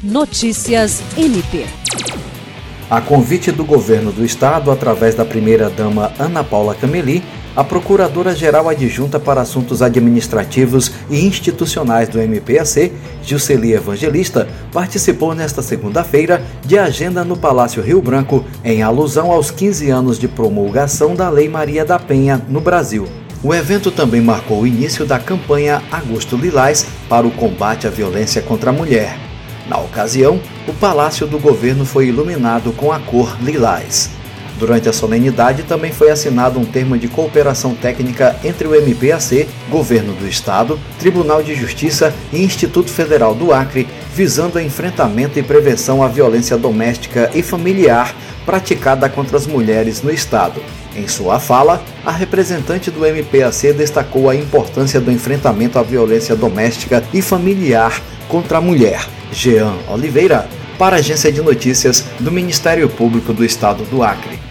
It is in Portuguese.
Notícias MP. A convite do governo do estado, através da primeira-dama Ana Paula Cameli, a Procuradora-Geral Adjunta para Assuntos Administrativos e Institucionais do MPAC, Jusceli Evangelista, participou nesta segunda-feira de agenda no Palácio Rio Branco, em alusão aos 15 anos de promulgação da Lei Maria da Penha no Brasil. O evento também marcou o início da campanha Agosto Lilás para o combate à violência contra a mulher. Na ocasião, o Palácio do Governo foi iluminado com a cor lilás. Durante a solenidade também foi assinado um termo de cooperação técnica entre o MPAC, Governo do Estado, Tribunal de Justiça e Instituto Federal do Acre, visando o enfrentamento e prevenção à violência doméstica e familiar praticada contra as mulheres no Estado. Em sua fala, a representante do MPAC destacou a importância do enfrentamento à violência doméstica e familiar contra a mulher. Jean Oliveira, para a Agência de Notícias do Ministério Público do Estado do Acre.